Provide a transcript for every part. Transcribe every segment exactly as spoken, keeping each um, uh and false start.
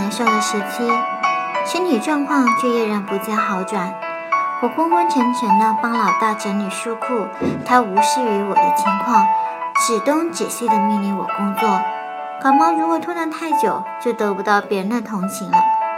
难受的时期，身体状况却依然不见好转。我昏昏沉沉地帮老大整理书库，他无视于我的情况，指东指西地命令我工作。感冒如果拖得太久，就得不到别人的同情了。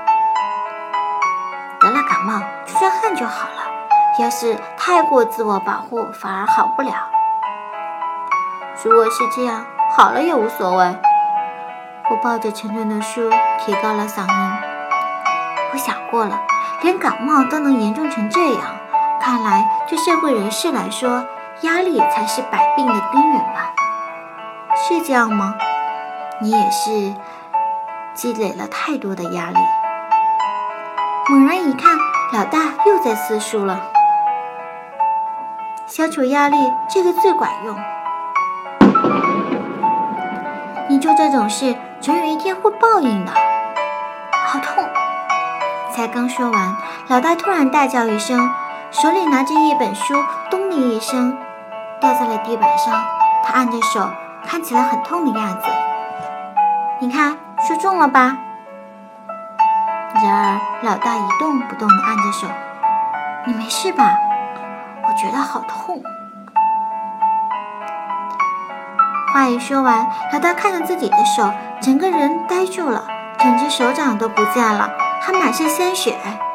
得了感冒，出出汗就好了，要是太过自我保护，反而好不了。如果是这样，好了也无所谓。我抱着沉重的书，提高了嗓音。我想过了，连感冒都能严重成这样，看来对社会人士来说，压力才是百病的根源吧？是这样吗？你也是积累了太多的压力。猛然一看，老大又在撕书了。消除压力，这个最管用。你做这种事，总有一天会报应的。好痛！才刚说完，老大突然大叫一声，手里拿着一本书，咚的一声掉在了地板上。他按着手，看起来很痛的样子。你看，书中了吧？然而，老大一动不动地按着手。你没事吧？我觉得好痛。话一说完，老大看着自己的手，整个人呆住了，整只手掌都不见了，还满是鲜血。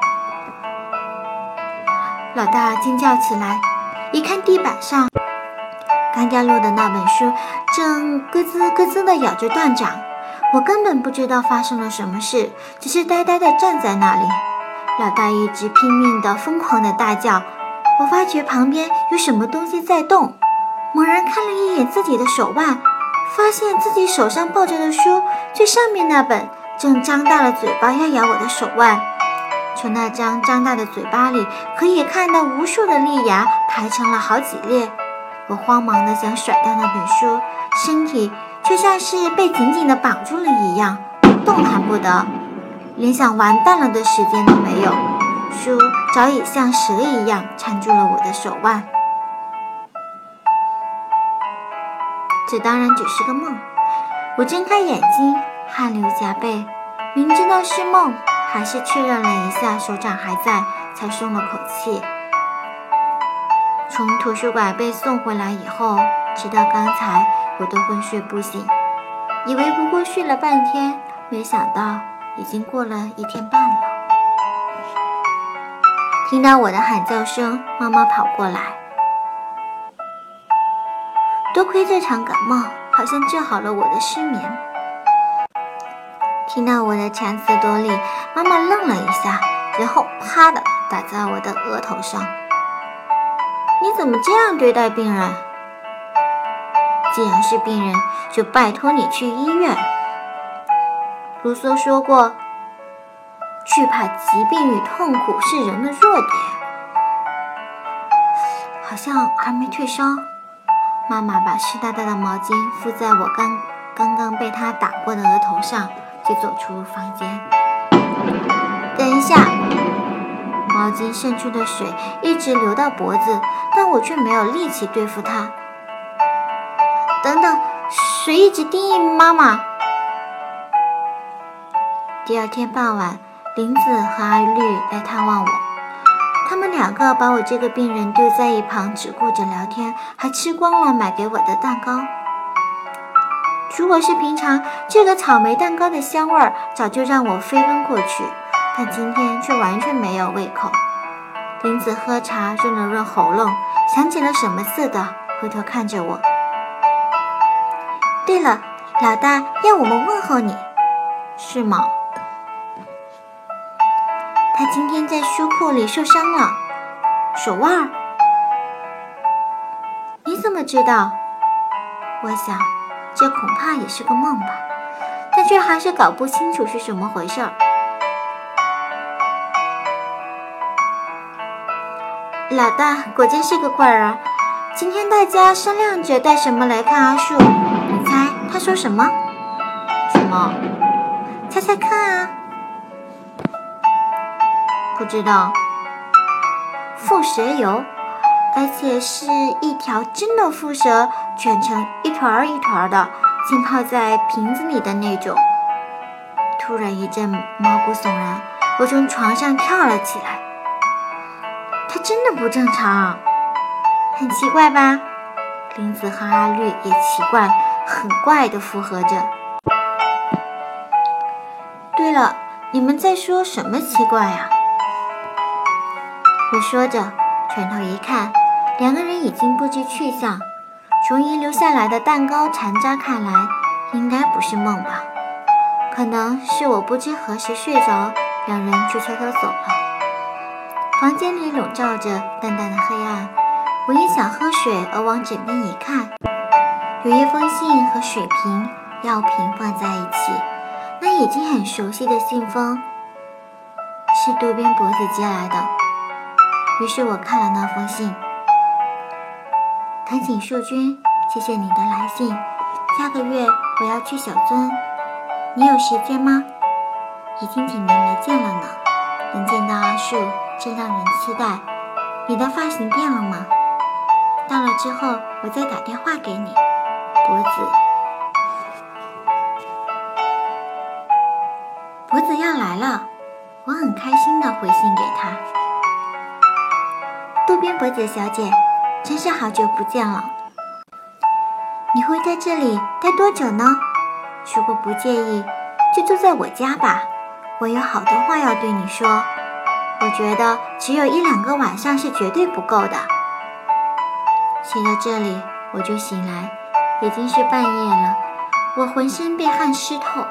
老大惊叫起来，一看地板上刚掉落的那本书正咯吱咯吱地咬着断掌。我根本不知道发生了什么事，只是呆呆地站在那里。老大一直拼命地疯狂地大叫，我发觉旁边有什么东西在动，猛然看了一眼自己的手腕，发现自己手上抱着的书最上面那本正张大了嘴巴要咬我的手腕。从那张张大的嘴巴里可以看到无数的利牙排成了好几列。我慌忙地想甩掉那本书，身体却像是被紧紧地绑住了一样，动弹不得，连想完蛋了的时间都没有。书早已像蛇一样缠住了我的手腕。这当然只是个梦。我睁开眼睛，汗流浃背，明知道是梦，还是确认了一下手掌还在，才松了口气。从图书馆被送回来以后，直到刚才我都昏睡不醒，以为不过睡了半天，没想到已经过了一天半了。听到我的喊叫声，妈妈跑过来。多亏这场感冒，好像治好了我的失眠。听到我的强词夺理，妈妈愣了一下，然后啪的打在我的额头上。你怎么这样对待病人？既然是病人，就拜托你去医院。卢梭说过，惧怕疾病与痛苦是人的弱点。好像还没退烧。妈妈把湿哒哒的毛巾敷在我刚刚刚被她打过的额头上，就走出房间。等一下！毛巾渗出的水一直流到脖子，但我却没有力气对付它。等等，水一直滴，妈妈。第二天傍晚，林子和阿绿来探望我，他们两个把我这个病人丢在一旁，只顾着聊天，还吃光了买给我的蛋糕。如果是平常，这个草莓蛋糕的香味儿早就让我飞奔过去，但今天却完全没有胃口。林子喝茶润了润喉咙，想起了什么似的，回头看着我。对了，老大要我们问候你，是吗？他今天在书库里受伤了，手腕。你怎么知道？我想，这恐怕也是个梦吧，但却还是搞不清楚是什么回事儿。老大果真是个怪人。今天大家商量着带什么来看阿树，你猜他说什么？什么？猜猜看啊！不知道。蝮蛇油，而且是一条真的蝮蛇，卷成一团一团的，浸泡在瓶子里的那种。 突然一阵毛骨悚然，我从床上跳了起来。他真的不正常，很奇怪吧？林子和阿绿也奇怪，很怪地附和着。对了，你们在说什么奇怪呀？我说着，转头一看，两个人已经不知去向。从遗留下来的蛋糕残渣看来，应该不是梦吧？可能是我不知何时睡着，两人就悄悄走了。房间里笼罩着淡淡的黑暗，我因想喝水而往枕边一看，有一封信和水瓶、药瓶放在一起。那已经很熟悉的信封，是渡边博子寄来的。于是我看了那封信。藤井树君，谢谢你的来信。下个月我要去小樽，你有时间吗？已经几年没见了呢，能见到阿树真让人期待。你的发型变了吗？到了之后我再打电话给你。博子。博子要来了，我很开心地回信给他。渡边博子小姐，真是好久不见了。你会在这里待多久呢？如果不介意，就住在我家吧。我有好多话要对你说。我觉得只有一两个晚上是绝对不够的。写到这里，我就醒来，已经是半夜了，我浑身被汗湿透。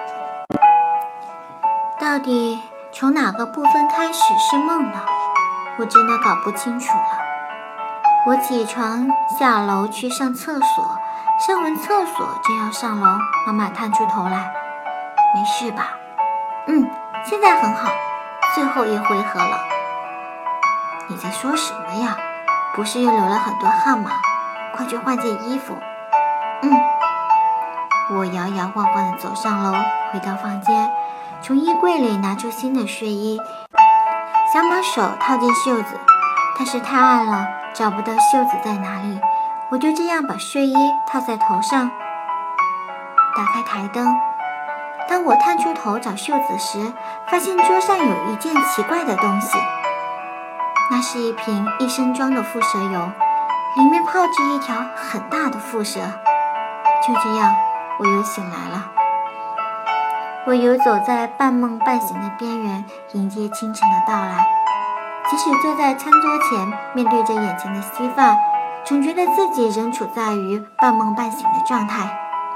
到底从哪个部分开始是梦呢？我真的搞不清楚了。我起床下楼去上厕所，上完厕所正要上楼，妈妈探出头来：没事吧？嗯，现在很好，最后一回合了。你在说什么呀？不是又流了很多汗吗？快去换件衣服。嗯。我摇摇晃晃地走上楼，回到房间，从衣柜里拿出新的睡衣，想把手套进袖子，但是太暗了，找不到袖子在哪里。我就这样把睡衣套在头上，打开台灯。当我探出头找袖子时，发现桌上有一件奇怪的东西，那是一瓶益生妆的复蛇油，里面泡着一条很大的蝮蛇。就这样，我又醒来了。我游走在半梦半醒的边缘，迎接清晨的到来。即使坐在餐桌前，面对着眼前的稀饭，总觉得自己仍处在于半梦半醒的状态。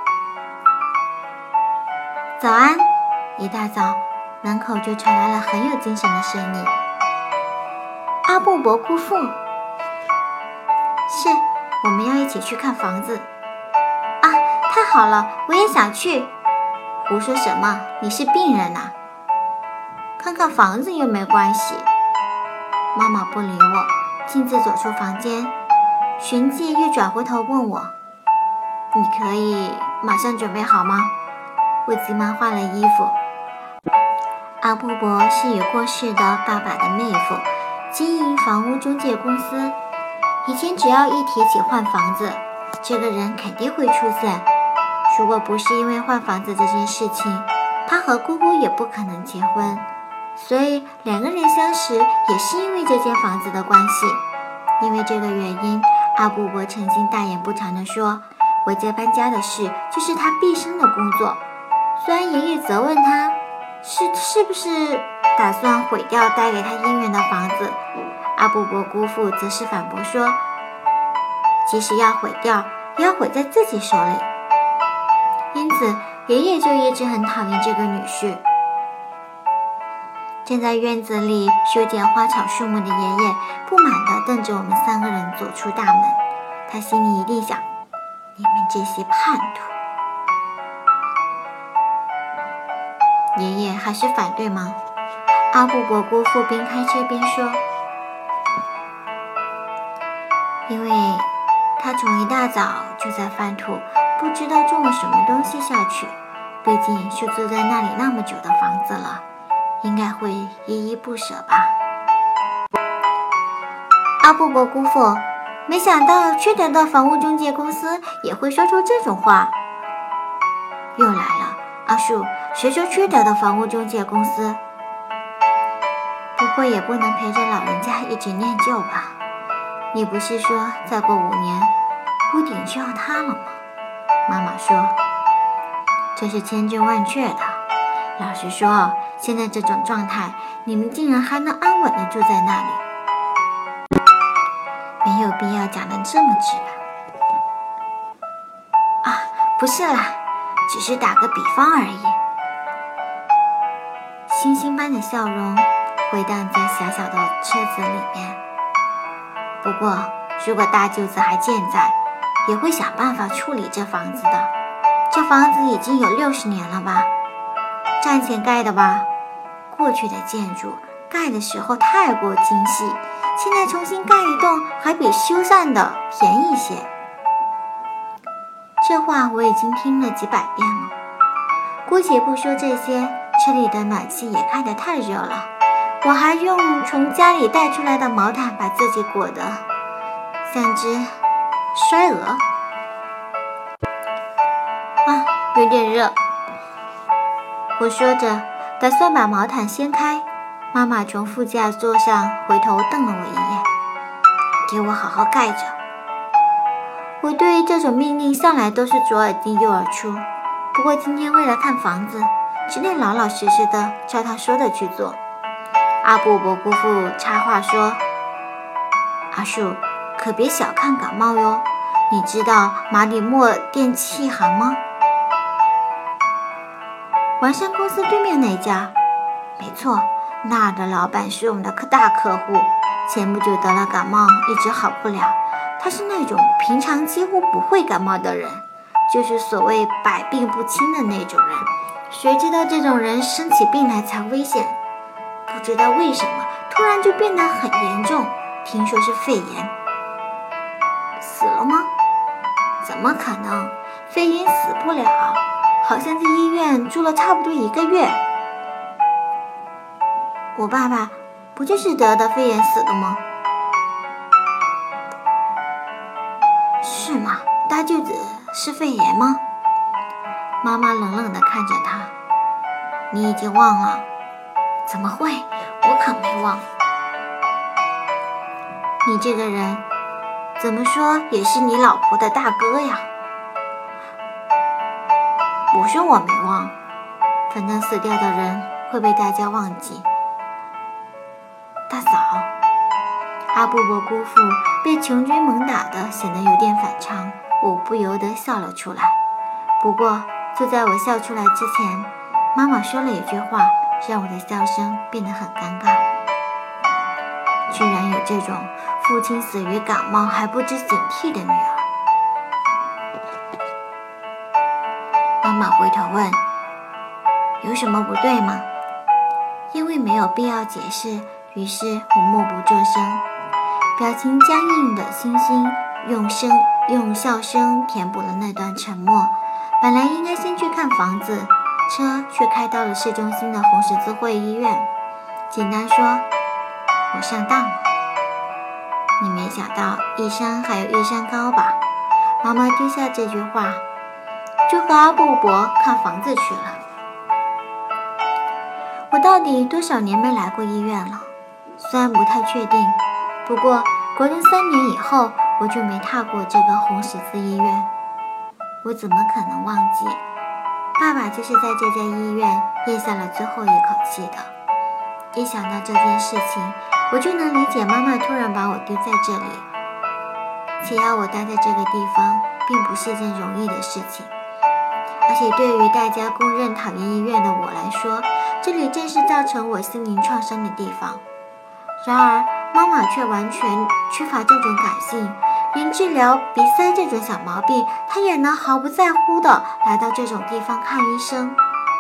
早安！一大早，门口就传来了很有精神的声音。阿布伯姑父。是，我们要一起去看房子。啊，太好了，我也想去。胡说什么？你是病人啊？看看房子又没关系。妈妈不理我，径自走出房间，旋即又转回头问我：你可以马上准备好吗？我急忙换了衣服。阿布伯是已过世的爸爸的妹夫，经营房屋中介公司。以前只要一提起换房子，这个人肯定会出现。如果不是因为换房子这件事情，他和姑姑也不可能结婚。所以两个人相识也是因为这间房子的关系。因为这个原因，阿布伯曾经大言不惭地说，我家搬家的事就是他毕生的工作。虽然爷爷责问他是是不是打算毁掉带给他姻缘的房子，阿布伯姑父则是反驳说，即使要毁掉，也要毁在自己手里。因此爷爷就一直很讨厌这个女婿。正在院子里修剪花草树木的爷爷不满地瞪着我们三个人走出大门，他心里一定想，你们这些叛徒。爷爷还是反对吗？阿布伯姑父边开车边说，因为他从一大早就在翻土，不知道种了什么东西下去，毕竟是住在那里那么久的房子了，应该会依依不舍吧。阿布伯姑父，没想到缺德的房屋中介公司也会说出这种话。又来了， 阿树，谁说缺德的房屋中介公司？不过也不能陪着老人家一直念旧吧？你不是说再过五年屋顶就要塌了吗？妈妈说，这是千真万确的。老实说，现在这种状态，你们竟然还能安稳地住在那里，没有必要讲得这么直白。啊，不是啦，只是打个比方而已。星星般的笑容回荡在小小的车子里面。不过，如果大舅子还健在，也会想办法处理这房子的。这房子已经有六十年了吧？战前盖的吧？过去的建筑盖的时候太过精细，现在重新盖一栋还比修缮的便宜些。这话我已经听了几百遍了。姑且不说这些，车里的暖气也开得太热了，我还用从家里带出来的毛毯把自己裹得像只摔鹅。啊，有点热。我说着，打算把毛毯掀开。妈妈从副驾座上回头瞪了我一眼，给我好好盖着。我对这种命令向来都是左耳进右耳出，不过今天为了看房子，只得老老实实的照他说的去做。阿布伯姑父插话说，阿树，可别小看感冒哟，你知道马里莫电器行吗？完山公司对面那家？没错，那儿的老板是我们的大客户，前不久得了感冒，一直好不了。他是那种平常几乎不会感冒的人，就是所谓百病不侵的那种人。谁知道这种人生起病来才危险，不知道为什么突然就变得很严重，听说是肺炎。死了吗？怎么可能？肺炎死不了，好像在医院住了差不多一个月。我爸爸不就是得的肺炎死的吗？是吗？大舅子是肺炎吗？妈妈冷冷地看着他。你已经忘了？怎么会？我可没忘。你这个人怎么说也是你老婆的大哥呀。我说我没忘，反正死掉的人会被大家忘记。大嫂，阿布伯姑父被穷追猛打的显得有点反常，我不由得笑了出来。不过就在我笑出来之前，妈妈说了一句话，让我的笑声变得很尴尬。居然有这种父亲死于感冒还不知警惕的女儿。妈妈回头问，有什么不对吗？因为没有必要解释，于是我默不作声。表情僵硬的星星用声用笑声填补了那段沉默。本来应该先去看房子，车却开到了市中心的红十字会医院。简单说，我上当了。你没想到一山还有一山高吧？妈妈丢下这句话，就和阿布伯看房子去了。我到底多少年没来过医院了？虽然不太确定，不过国中三年以后我就没踏过这个红十字医院。我怎么可能忘记，爸爸就是在这家医院咽下了最后一口气的。一想到这件事情，我就能理解妈妈突然把我丢在这里，且要我待在这个地方并不是件容易的事情。而且对于大家公认讨厌医院的我来说，这里正是造成我心灵创伤的地方。然而妈妈却完全缺乏这种感性，连治疗鼻塞这种小毛病，她也能毫不在乎地来到这种地方看医生。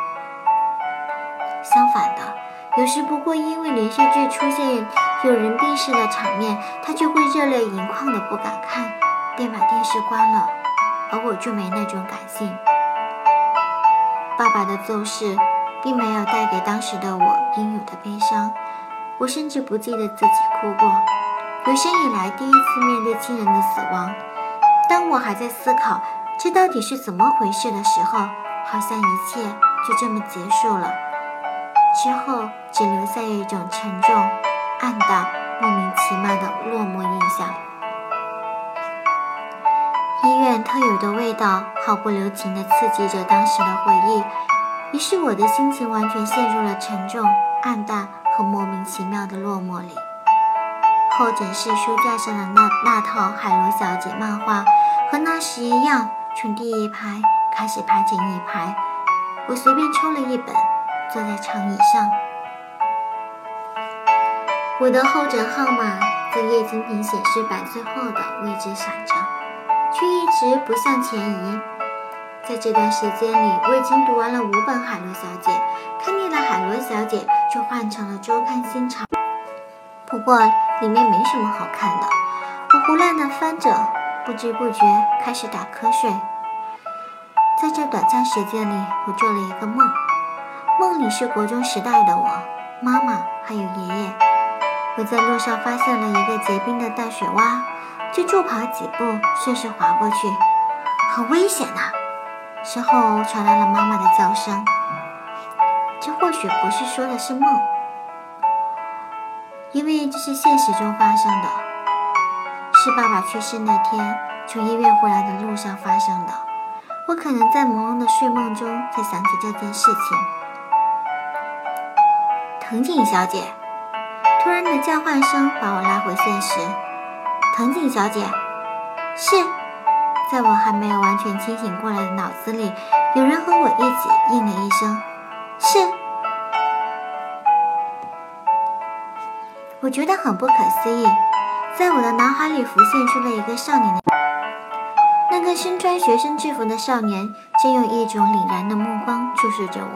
相反的，有时不过因为连续剧出现有人病逝的场面，她就会热泪盈眶的不敢看，便把电视关了。而我就没那种感性。爸爸的奏事并没有带给当时的我应有的悲伤，我甚至不记得自己哭过。有生以来第一次面对亲人的死亡，当我还在思考这到底是怎么回事的时候，好像一切就这么结束了，之后只留下一种沉重、暗淡、莫名其妙的落寞印象。医院特有的味道毫不留情地刺激着当时的回忆，于是我的心情完全陷入了沉重、暗淡和莫名其妙的落寞里。候诊室书架上的那那套海螺小姐漫画和那时一样，从第一排开始排成一排。我随便抽了一本，坐在长椅上。我的候诊号码在液晶屏显示板最后的位置闪着，却一直不向前移。在这段时间里，我已经读完了五本海螺小姐，看腻了海螺小姐，就换成了周刊新潮。不过里面没什么好看的，我胡乱地翻着，不知不觉开始打瞌睡。在这短暂时间里，我做了一个梦，梦里是国中时代的我、妈妈还有爷爷。我在路上发现了一个结冰的淡水洼，就助跑几步，顺势滑过去，很危险呐、啊！之后传来了妈妈的叫声。这或许不是说的是梦，因为这是现实中发生的，是爸爸去世那天从医院回来的路上发生的。我可能在朦胧的睡梦中才想起这件事情。藤井小姐，突然的叫唤声把我拉回现实。藤井小姐，是。在我还没有完全清醒过来的脑子里，有人和我一起应了一声是。我觉得很不可思议，在我的脑海里浮现出了一个少年的那个身穿学生制服的少年正用一种凛然的目光注视着我。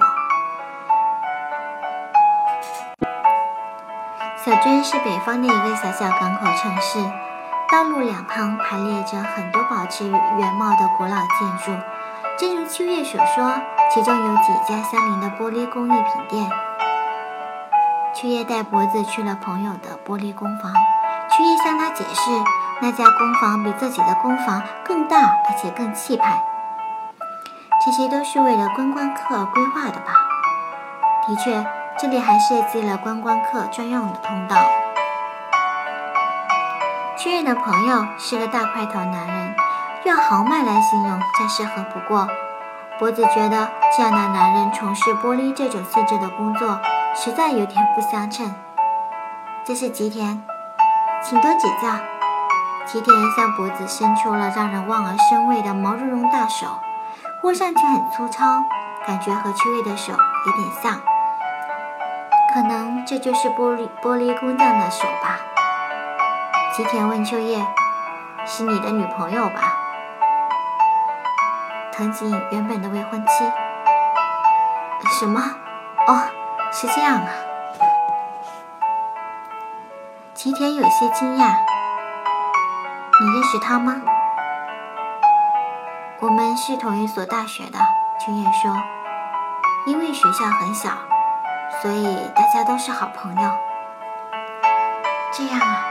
小樽是北方的一个小小港口城市，道路两旁排列着很多保持原貌的古老建筑，正如秋叶所说，其中有几家相邻的玻璃工艺品店。秋叶带脖子去了朋友的玻璃工坊，秋叶向他解释，那家工坊比自己的工坊更大，而且更气派。这些都是为了观光客规划的吧？的确，这里还设计了观光客专用的通道。秋叶的朋友是个大块头男人，用豪迈来形容再适合不过。脖子觉得这样的男人从事玻璃这种性质的工作实在有点不相称。这是吉田，请多指教。吉田向脖子伸出了让人望而生畏的毛茸茸大手，握上去很粗糙，感觉和秋叶的手有点像。可能这就是玻璃玻璃工匠的手吧。吉田问秋叶：“是你的女朋友吧？”藤井原本的未婚妻。什么？哦，是这样啊。吉田有些惊讶。你认识他吗？我们是同一所大学的，秋叶说。因为学校很小，所以大家都是好朋友。这样啊。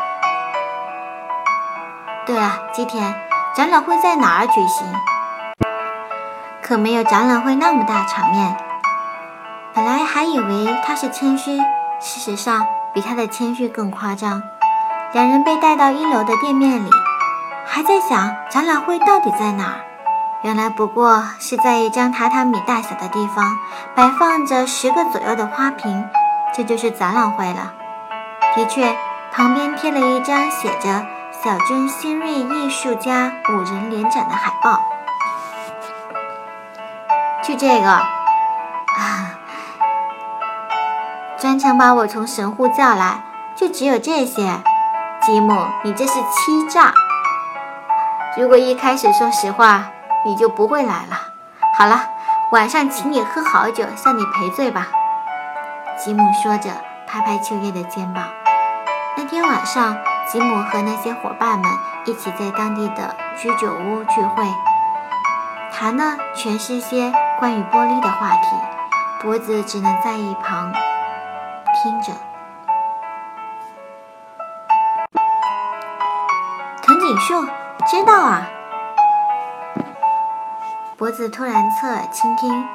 对了，吉田，展览会在哪儿举行？可没有展览会那么大场面。本来还以为他是谦虚，事实上比他的谦虚更夸张。两人被带到一楼的店面里，还在想展览会到底在哪儿。原来不过是在一张榻榻米大小的地方，摆放着十个左右的花瓶，这就是展览会了。的确，旁边贴了一张写着小樽新锐艺术家五人联展的海报。就这个啊，专程把我从神户叫来，就只有这些。吉姆，你这是欺诈。如果一开始说实话，你就不会来了。好了，晚上请你喝好酒，向你赔罪吧。吉姆说着，拍拍秋叶的肩膀。那天晚上，吉姆和那些伙伴们一起在当地的居酒屋聚会，谈的全是些关于玻璃的话题，脖子只能在一旁听着。藤井树，知道啊。脖子突然侧耳倾听，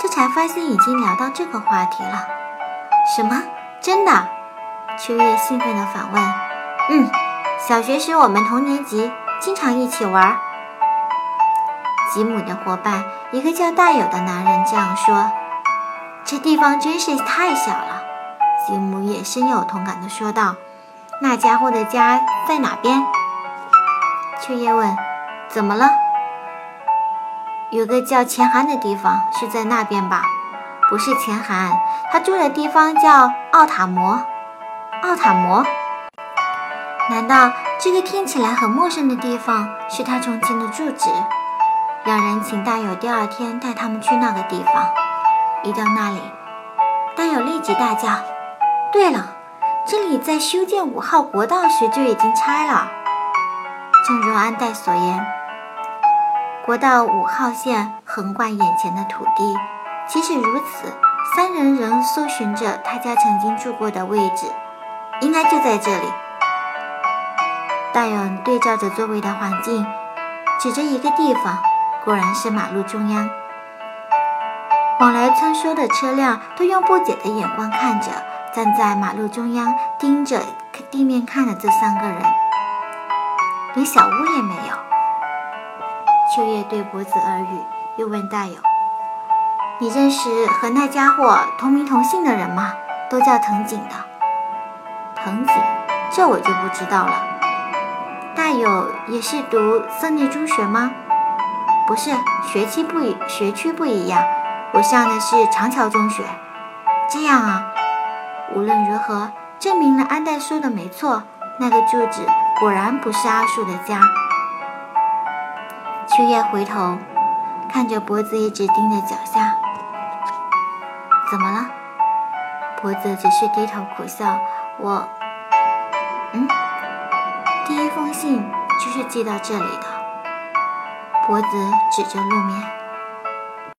这才发现已经聊到这个话题了。什么？真的？秋叶兴奋地反问。嗯，小学时我们同年级，经常一起玩。吉姆的伙伴，一个叫大友的男人这样说。这地方真是太小了，吉姆也深有同感地说道。那家伙的家在哪边？秋叶问。怎么了？有个叫钱涵的地方，是在那边吧？不是钱涵，他住的地方叫奥塔摩。奥塔摩？难道这个听起来很陌生的地方是他从前的住址？两人请大友第二天带他们去那个地方。一到那里，大友立即大叫：对了，这里在修建五号国道时就已经拆了。正如安代所言，国道五号线横贯眼前的土地，即使如此，三人仍搜寻着他家曾经住过的位置，应该就在这里。大友对照着周围的环境，指着一个地方，果然是马路中央。往来穿梭的车辆都用不解的眼光看着站在马路中央盯着地面看的这三个人，连小屋也没有。秋叶对脖子耳语，又问大友：你认识和那家伙同名同姓的人吗？都叫藤井的。藤井？这我就不知道了。大友也是读森林中学吗？不是，学期不一学区不一样，我上的是长桥中学。这样啊，无论如何，证明了安代说的没错，那个住址果然不是阿树的家。秋叶回头看着脖子一直盯着脚下。怎么了？脖子只是低头苦笑。我嗯第一封信就是寄到这里的。脖子指着路面。